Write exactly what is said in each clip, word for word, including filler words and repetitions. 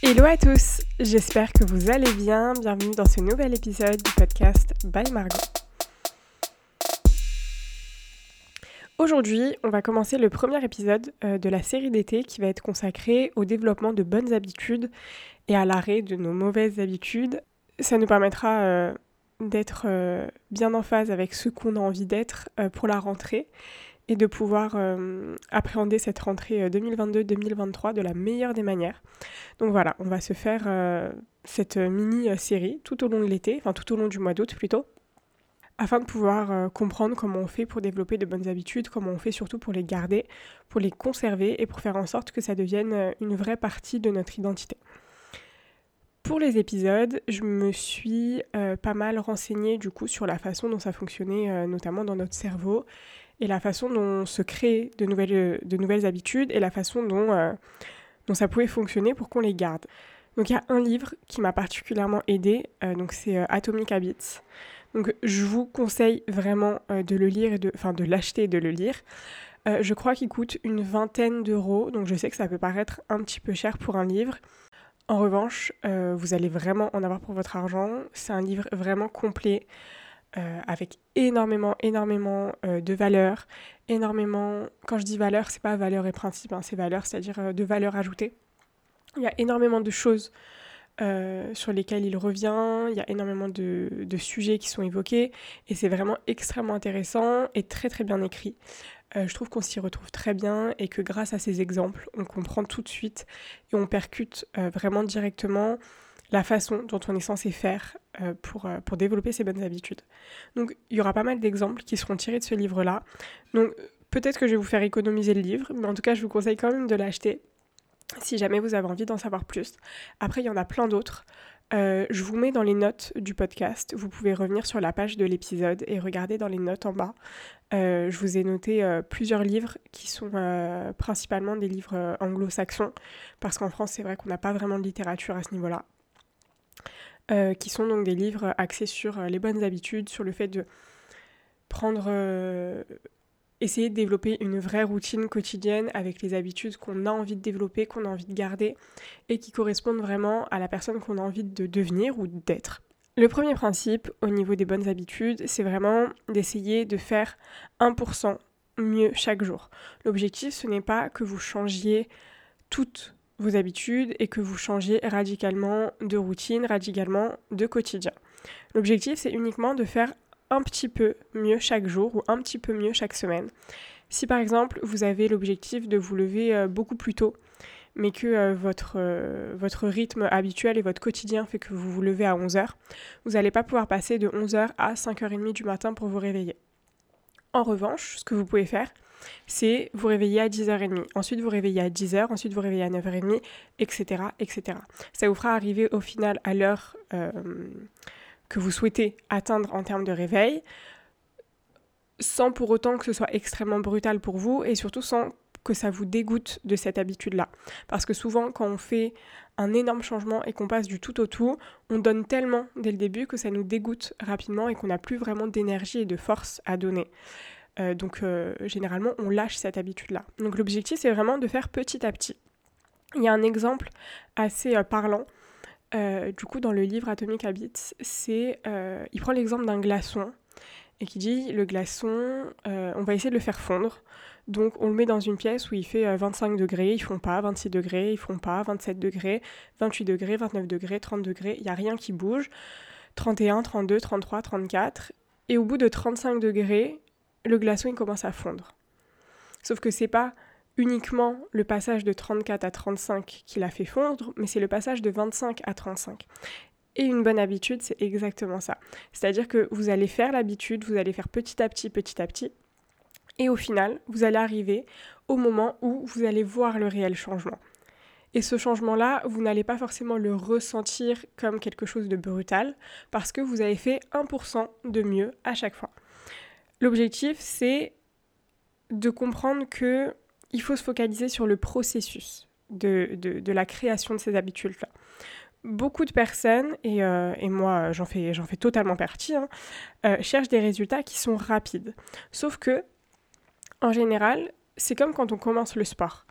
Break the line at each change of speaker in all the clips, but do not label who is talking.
Hello à tous, j'espère que vous allez bien. Bienvenue dans ce nouvel épisode du podcast by Margot. Aujourd'hui, on va commencer le premier épisode euh, de la série d'été qui va être consacré au développement de bonnes habitudes et à l'arrêt de nos mauvaises habitudes. Ça nous permettra euh, d'être euh, bien en phase avec ce qu'on a envie d'être euh, pour la rentrée et de pouvoir euh, appréhender cette rentrée deux mille vingt-deux deux mille vingt-trois de la meilleure des manières. Donc voilà, on va se faire euh, cette mini-série tout au long de l'été, enfin tout au long du mois d'août plutôt, afin de pouvoir euh, comprendre comment on fait pour développer de bonnes habitudes, comment on fait surtout pour les garder, pour les conserver et pour faire en sorte que ça devienne une vraie partie de notre identité. Pour les épisodes, je me suis euh, pas mal renseignée du coup sur la façon dont ça fonctionnait, euh, notamment dans notre cerveau, et la façon dont on se crée de nouvelles, de nouvelles habitudes, et la façon dont, euh, dont ça pouvait fonctionner pour qu'on les garde. Donc il y a un livre qui m'a particulièrement aidée, euh, donc c'est euh, Atomic Habits. Donc je vous conseille vraiment euh, de le lire, et de, enfin de l'acheter et de le lire. Euh, je crois qu'il coûte une vingtaine d'euros, donc je sais que ça peut paraître un petit peu cher pour un livre. En revanche, euh, vous allez vraiment en avoir pour votre argent. C'est un livre vraiment complet, euh, avec énormément, énormément euh, de valeurs, énormément... Quand je dis valeurs, c'est pas valeurs et principes, hein, c'est valeurs, c'est-à-dire euh, de valeurs ajoutées. Il y a énormément de choses euh, sur lesquelles il revient, il y a énormément de, de sujets qui sont évoqués, et c'est vraiment extrêmement intéressant et très très bien écrit. Euh, je trouve qu'on s'y retrouve très bien et que grâce à ces exemples, on comprend tout de suite et on percute euh, vraiment directement la façon dont on est censé faire euh, pour, euh, pour développer ces bonnes habitudes. Donc il y aura pas mal d'exemples qui seront tirés de ce livre-là. Donc peut-être que je vais vous faire économiser le livre, mais en tout cas je vous conseille quand même de l'acheter si jamais vous avez envie d'en savoir plus. Après il y en a plein d'autres. Euh, je vous mets dans les notes du podcast, vous pouvez revenir sur la page de l'épisode et regarder dans les notes en bas. Euh, je vous ai noté euh, plusieurs livres qui sont euh, principalement des livres euh, anglo-saxons, parce qu'en France c'est vrai qu'on n'a pas vraiment de littérature à ce niveau-là, euh, qui sont donc des livres axés sur euh, les bonnes habitudes, sur le fait de prendre... Euh, essayer de développer une vraie routine quotidienne avec les habitudes qu'on a envie de développer, qu'on a envie de garder, et qui correspondent vraiment à la personne qu'on a envie de devenir ou d'être. Le premier principe au niveau des bonnes habitudes, c'est vraiment d'essayer de faire un pour cent mieux chaque jour. L'objectif, ce n'est pas que vous changiez toutes vos habitudes et que vous changiez radicalement de routine, radicalement de quotidien. L'objectif, c'est uniquement de faire un petit peu mieux chaque jour ou un petit peu mieux chaque semaine. Si par exemple, vous avez l'objectif de vous lever beaucoup plus tôt, mais que euh, votre, euh, votre rythme habituel et votre quotidien fait que vous vous levez à onze heures, vous n'allez pas pouvoir passer de onze heures à cinq heures trente du matin pour vous réveiller. En revanche, ce que vous pouvez faire, c'est vous réveiller à dix heures trente, ensuite vous réveiller à dix heures, ensuite vous réveiller à neuf heures trente, et cetera, et cetera. Ça vous fera arriver au final à l'heure euh, que vous souhaitez atteindre en termes de réveil, sans pour autant que ce soit extrêmement brutal pour vous, et surtout sans que ça vous dégoûte de cette habitude-là. Parce que souvent, quand on fait un énorme changement et qu'on passe du tout au tout, on donne tellement dès le début que ça nous dégoûte rapidement et qu'on n'a plus vraiment d'énergie et de force à donner. Euh, donc, euh, généralement, on lâche cette habitude-là. Donc, l'objectif, c'est vraiment de faire petit à petit. Il y a un exemple assez euh, parlant. Euh, du coup, dans le livre Atomic Habits, c'est, euh, il prend l'exemple d'un glaçon et qui dit, le glaçon, euh, on va essayer de le faire fondre. Donc on le met dans une pièce où il fait vingt-cinq degrés, ils font pas, vingt-six degrés, ils font pas, vingt-sept degrés, vingt-huit degrés, vingt-neuf degrés, trente degrés, il n'y a rien qui bouge, trente et un, trente-deux, trente-trois, trente-quatre, et au bout de trente-cinq degrés, le glaçon il commence à fondre. Sauf que c'est pas uniquement le passage de trente-quatre à trente-cinq qui l'a fait fondre, mais c'est le passage de vingt-cinq à trente-cinq. Et une bonne habitude, c'est exactement ça. C'est-à-dire que vous allez faire l'habitude, vous allez faire petit à petit, petit à petit, et au final, vous allez arriver au moment où vous allez voir le réel changement. Et ce changement-là, vous n'allez pas forcément le ressentir comme quelque chose de brutal, parce que vous avez fait un pour cent de mieux à chaque fois. L'objectif, c'est de comprendre qu'il faut se focaliser sur le processus de, de, de la création de ces habitudes-là. Beaucoup de personnes, et, euh, et moi j'en fais, j'en fais totalement partie, hein, euh, cherchent des résultats qui sont rapides. Sauf que, en général, c'est comme quand on commence le sport.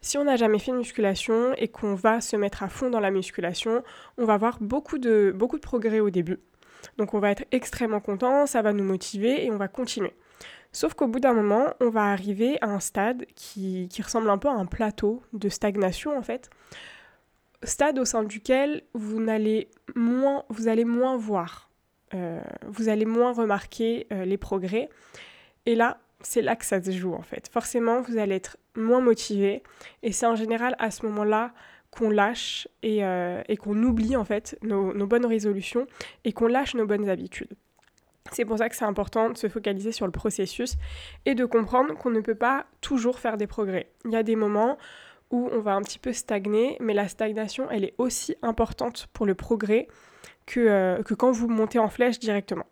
Si on n'a jamais fait de musculation et qu'on va se mettre à fond dans la musculation, on va avoir beaucoup de, beaucoup de progrès au début. Donc on va être extrêmement content, ça va nous motiver et on va continuer. Sauf qu'au bout d'un moment, on va arriver à un stade qui, qui ressemble un peu à un plateau de stagnation en fait. Stade au sein duquel vous, n'allez moins, vous allez moins voir, euh, vous allez moins remarquer euh, les progrès. Et là, c'est là que ça se joue en fait. Forcément, vous allez être moins motivé et c'est en général à ce moment-là qu'on lâche et, euh, et qu'on oublie en fait nos, nos bonnes résolutions et qu'on lâche nos bonnes habitudes. C'est pour ça que c'est important de se focaliser sur le processus et de comprendre qu'on ne peut pas toujours faire des progrès. Il y a des moments où on va un petit peu stagner, mais la stagnation, elle est aussi importante pour le progrès que, euh, que quand vous montez en flèche directement.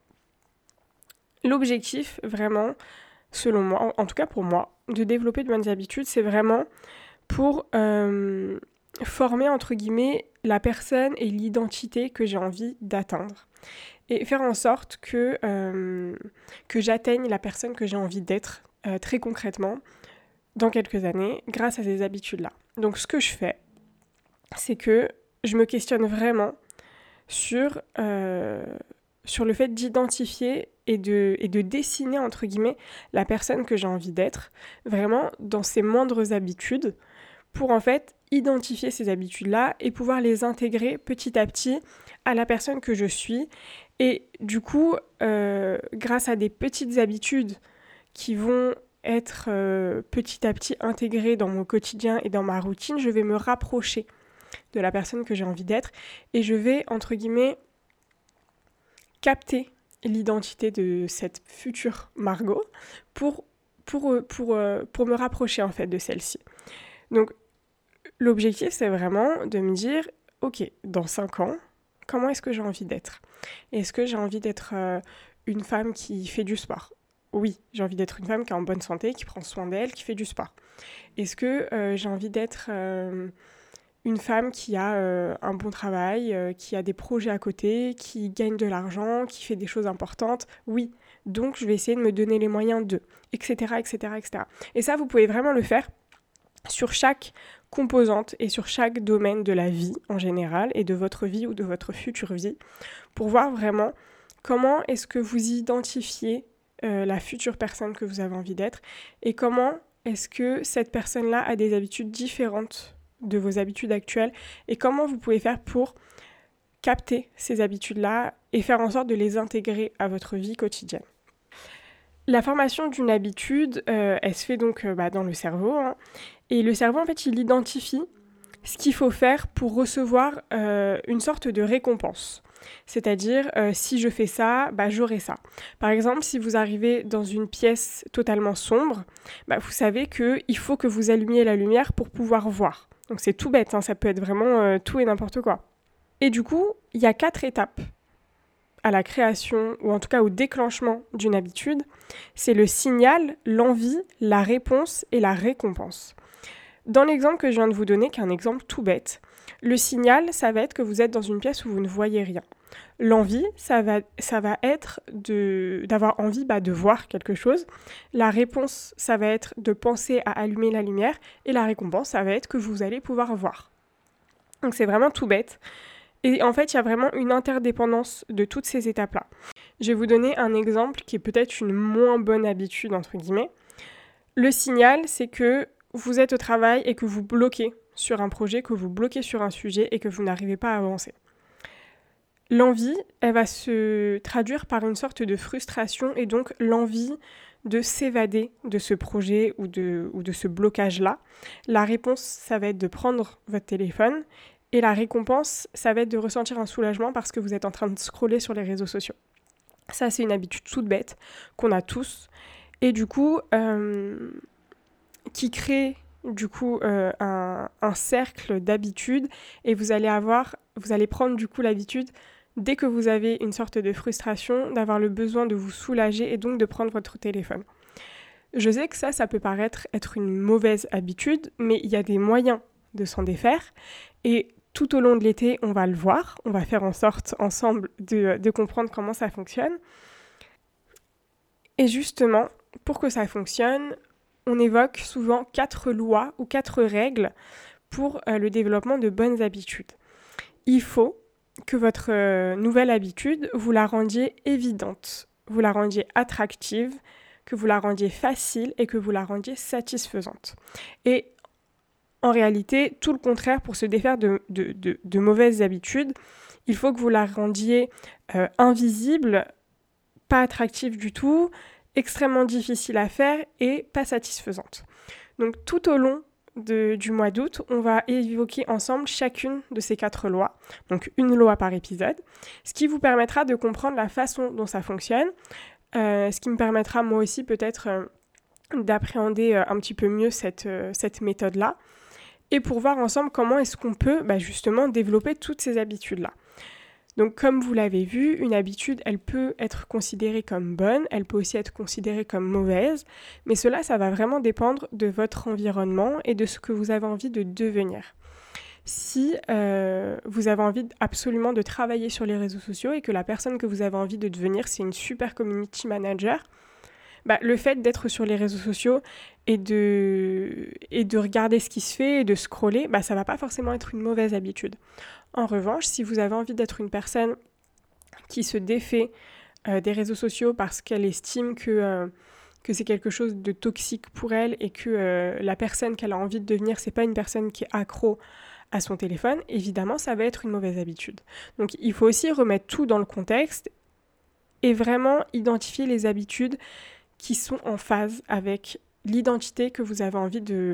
L'objectif, vraiment, selon moi, en, en tout cas pour moi, de développer de bonnes habitudes, c'est vraiment pour euh, former, entre guillemets, la personne et l'identité que j'ai envie d'atteindre. Et faire en sorte que, euh, que j'atteigne la personne que j'ai envie d'être, euh, très concrètement, dans quelques années, grâce à ces habitudes-là. Donc ce que je fais, c'est que je me questionne vraiment sur, euh, sur le fait d'identifier et de, et de dessiner, entre guillemets, la personne que j'ai envie d'être, vraiment dans ses moindres habitudes, pour en fait identifier ces habitudes-là et pouvoir les intégrer petit à petit à la personne que je suis. Et du coup, euh, grâce à des petites habitudes qui vont être euh, petit à petit intégrées dans mon quotidien et dans ma routine, je vais me rapprocher de la personne que j'ai envie d'être et je vais, entre guillemets, capter l'identité de cette future Margot pour, pour, pour, pour me rapprocher en fait de celle-ci. Donc, l'objectif, c'est vraiment de me dire, ok, dans cinq ans, comment est-ce que j'ai envie d'être ? Est-ce que j'ai envie d'être euh, une femme qui fait du sport ? Oui, j'ai envie d'être une femme qui est en bonne santé, qui prend soin d'elle, qui fait du sport. Est-ce que euh, j'ai envie d'être euh, une femme qui a euh, un bon travail, euh, qui a des projets à côté, qui gagne de l'argent, qui fait des choses importantes ? Oui, donc je vais essayer de me donner les moyens d'eux, et cetera, et cetera, et cetera. Et ça, vous pouvez vraiment le faire sur chaque composante et sur chaque domaine de la vie en général et de votre vie ou de votre future vie pour voir vraiment comment est-ce que vous identifiez euh, la future personne que vous avez envie d'être et comment est-ce que cette personne-là a des habitudes différentes de vos habitudes actuelles et comment vous pouvez faire pour capter ces habitudes-là et faire en sorte de les intégrer à votre vie quotidienne. La formation d'une habitude, euh, elle se fait donc euh, bah, dans le cerveau. Hein, et le cerveau, en fait, il identifie ce qu'il faut faire pour recevoir euh, une sorte de récompense. C'est-à-dire, euh, si je fais ça, bah, j'aurai ça. Par exemple, si vous arrivez dans une pièce totalement sombre, bah, vous savez qu'il faut que vous allumiez la lumière pour pouvoir voir. Donc c'est tout bête, hein, ça peut être vraiment euh, tout et n'importe quoi. Et du coup, il y a quatre étapes à la création, ou en tout cas au déclenchement d'une habitude. C'est le signal, l'envie, la réponse et la récompense. Dans l'exemple que je viens de vous donner, qui est un exemple tout bête, le signal, ça va être que vous êtes dans une pièce où vous ne voyez rien. L'envie, ça va, ça va être de, d'avoir envie bah, de voir quelque chose. La réponse, ça va être de penser à allumer la lumière. Et la récompense, ça va être que vous allez pouvoir voir. Donc c'est vraiment tout bête. Et en fait, il y a vraiment une interdépendance de toutes ces étapes-là. Je vais vous donner un exemple qui est peut-être une moins bonne habitude, entre guillemets. Le signal, c'est que vous êtes au travail et que vous bloquez sur un projet, que vous bloquez sur un sujet et que vous n'arrivez pas à avancer. L'envie, elle va se traduire par une sorte de frustration et donc l'envie de s'évader de ce projet ou de, ou de ce blocage-là. La réponse, ça va être de prendre votre téléphone et la récompense, ça va être de ressentir un soulagement parce que vous êtes en train de scroller sur les réseaux sociaux. Ça, c'est une habitude toute bête qu'on a tous et du coup, euh, qui crée du coup euh, un, un cercle d'habitudes et vous allez avoir, vous allez prendre du coup l'habitude dès que vous avez une sorte de frustration, d'avoir le besoin de vous soulager et donc de prendre votre téléphone. Je sais que ça, ça peut paraître être une mauvaise habitude, mais il y a des moyens de s'en défaire et tout au long de l'été, on va le voir, on va faire en sorte ensemble de, de comprendre comment ça fonctionne. Et justement, pour que ça fonctionne, on évoque souvent quatre lois ou quatre règles pour euh, le développement de bonnes habitudes. Il faut que votre euh, nouvelle habitude, vous la rendiez évidente, vous la rendiez attractive, que vous la rendiez facile et que vous la rendiez satisfaisante. Et en réalité, tout le contraire pour se défaire de, de, de, de mauvaises habitudes, il faut que vous la rendiez euh, invisible, pas attractive du tout, extrêmement difficile à faire et pas satisfaisante. Donc tout au long de, du mois d'août, on va évoquer ensemble chacune de ces quatre lois, donc une loi par épisode, ce qui vous permettra de comprendre la façon dont ça fonctionne, euh, ce qui me permettra moi aussi peut-être euh, d'appréhender euh, un petit peu mieux cette, euh, cette méthode-là, et pour voir ensemble comment est-ce qu'on peut bah, justement développer toutes ces habitudes-là. Donc comme vous l'avez vu, une habitude, elle peut être considérée comme bonne, elle peut aussi être considérée comme mauvaise, mais cela, ça va vraiment dépendre de votre environnement et de ce que vous avez envie de devenir. Si euh, vous avez envie absolument de travailler sur les réseaux sociaux et que la personne que vous avez envie de devenir, c'est une super community manager, bah, le fait d'être sur les réseaux sociaux et de, et de regarder ce qui se fait et de scroller, bah, ça ne va pas forcément être une mauvaise habitude. En revanche, si vous avez envie d'être une personne qui se défait euh, des réseaux sociaux parce qu'elle estime que, euh, que c'est quelque chose de toxique pour elle et que euh, la personne qu'elle a envie de devenir, c'est pas une personne qui est accro à son téléphone, évidemment, ça va être une mauvaise habitude. Donc, il faut aussi remettre tout dans le contexte et vraiment identifier les habitudes qui sont en phase avec l'identité que vous avez envie de...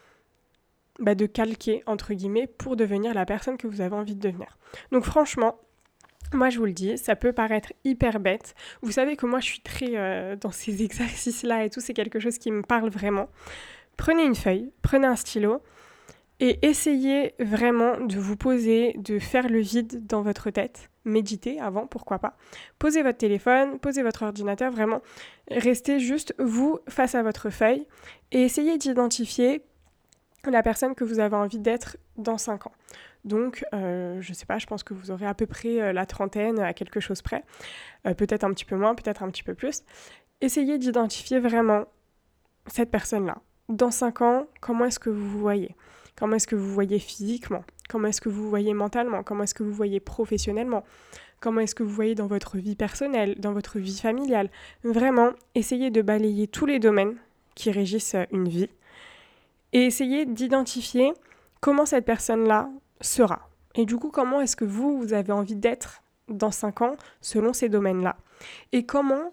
Bah de calquer, entre guillemets, pour devenir la personne que vous avez envie de devenir. Donc franchement, moi je vous le dis, ça peut paraître hyper bête. Vous savez que moi je suis très euh, dans ces exercices-là et tout, c'est quelque chose qui me parle vraiment. Prenez une feuille, prenez un stylo et essayez vraiment de vous poser, de faire le vide dans votre tête. Méditez avant, pourquoi pas. Posez votre téléphone, posez votre ordinateur, vraiment. Restez juste vous face à votre feuille et essayez d'identifier la personne que vous avez envie d'être dans cinq ans. Donc, euh, je sais pas, je pense que vous aurez à peu près euh, la trentaine à quelque chose près. Euh, peut-être un petit peu moins, peut-être un petit peu plus. Essayez d'identifier vraiment cette personne-là. Dans cinq ans, comment est-ce que vous vous voyez ? Comment est-ce que vous vous voyez physiquement ? Comment est-ce que vous vous voyez mentalement ? Comment est-ce que vous vous voyez professionnellement ? Comment est-ce que vous voyez dans votre vie personnelle, dans votre vie familiale ? Vraiment, essayez de balayer tous les domaines qui régissent une vie. Et essayez d'identifier comment cette personne-là sera. Et du coup, comment est-ce que vous, vous avez envie d'être dans cinq ans selon ces domaines-là. Et comment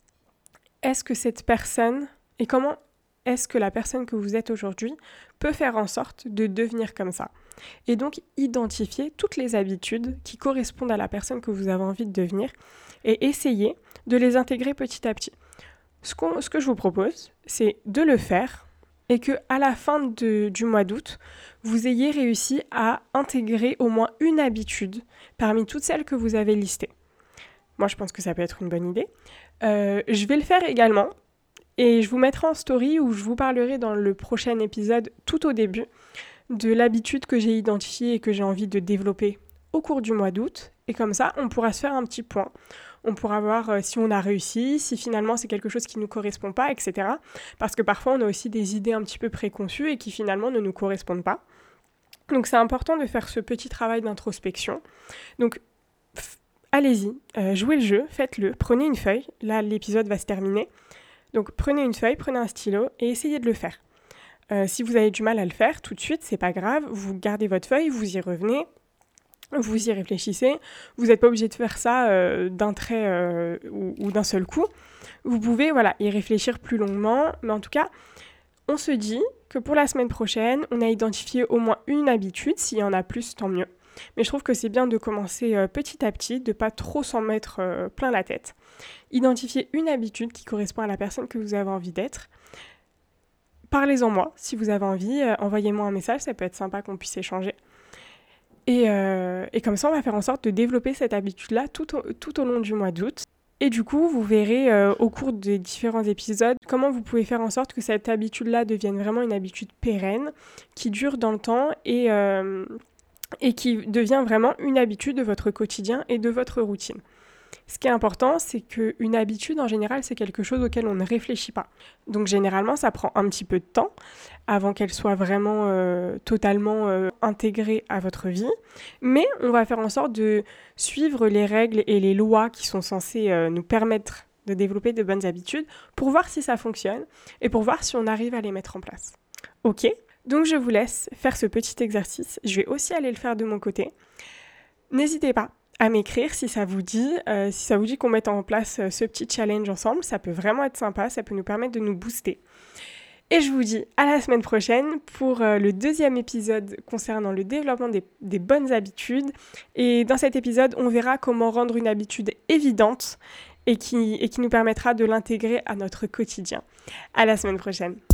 est-ce que cette personne, et comment est-ce que la personne que vous êtes aujourd'hui peut faire en sorte de devenir comme ça. Et donc, identifier toutes les habitudes qui correspondent à la personne que vous avez envie de devenir et essayer de les intégrer petit à petit. Ce, qu'on, ce que je vous propose, c'est de le faire et qu'à la fin de, du mois d'août, vous ayez réussi à intégrer au moins une habitude parmi toutes celles que vous avez listées. Moi, je pense que ça peut être une bonne idée. Euh, je vais le faire également et je vous mettrai en story où je vous parlerai dans le prochain épisode, tout au début, de l'habitude que j'ai identifiée et que j'ai envie de développer au cours du mois d'août. Et comme ça, on pourra se faire un petit point. On pourra voir euh, si on a réussi, si finalement c'est quelque chose qui ne nous correspond pas, et cetera. Parce que parfois, on a aussi des idées un petit peu préconçues et qui finalement ne nous correspondent pas. Donc, c'est important de faire ce petit travail d'introspection. Donc, f- allez-y, euh, jouez le jeu, faites-le, prenez une feuille. Là, l'épisode va se terminer. Donc, prenez une feuille, prenez un stylo et essayez de le faire. Euh, si vous avez du mal à le faire tout de suite, c'est pas grave. Vous gardez votre feuille, vous y revenez. Vous y réfléchissez, vous n'êtes pas obligé de faire ça euh, d'un trait euh, ou, ou d'un seul coup. Vous pouvez voilà, y réfléchir plus longuement, mais en tout cas, on se dit que pour la semaine prochaine, on a identifié au moins une habitude, s'il y en a plus, tant mieux. Mais je trouve que c'est bien de commencer euh, petit à petit, de ne pas trop s'en mettre euh, plein la tête. Identifiez une habitude qui correspond à la personne que vous avez envie d'être. Parlez-en moi, si vous avez envie, euh, envoyez-moi un message, ça peut être sympa qu'on puisse échanger. Et, euh, et comme ça, on va faire en sorte de développer cette habitude-là tout au, tout au long du mois d'août. Et du coup, vous verrez euh, au cours des différents épisodes comment vous pouvez faire en sorte que cette habitude-là devienne vraiment une habitude pérenne, qui dure dans le temps et, euh, et qui devient vraiment une habitude de votre quotidien et de votre routine. Ce qui est important, c'est qu'une habitude, en général, c'est quelque chose auquel on ne réfléchit pas. Donc généralement, ça prend un petit peu de temps avant qu'elle soit vraiment euh, totalement euh, intégrée à votre vie. Mais on va faire en sorte de suivre les règles et les lois qui sont censées euh, nous permettre de développer de bonnes habitudes pour voir si ça fonctionne et pour voir si on arrive à les mettre en place. Ok ? Donc je vous laisse faire ce petit exercice. Je vais aussi aller le faire de mon côté. N'hésitez pas à m'écrire si ça vous dit, euh, si ça vous dit qu'on mette en place euh, ce petit challenge ensemble. Ça peut vraiment être sympa, ça peut nous permettre de nous booster. Et je vous dis à la semaine prochaine pour euh, le deuxième épisode concernant le développement des, des bonnes habitudes. Et dans cet épisode, on verra comment rendre une habitude évidente et qui, et qui nous permettra de l'intégrer à notre quotidien. À la semaine prochaine.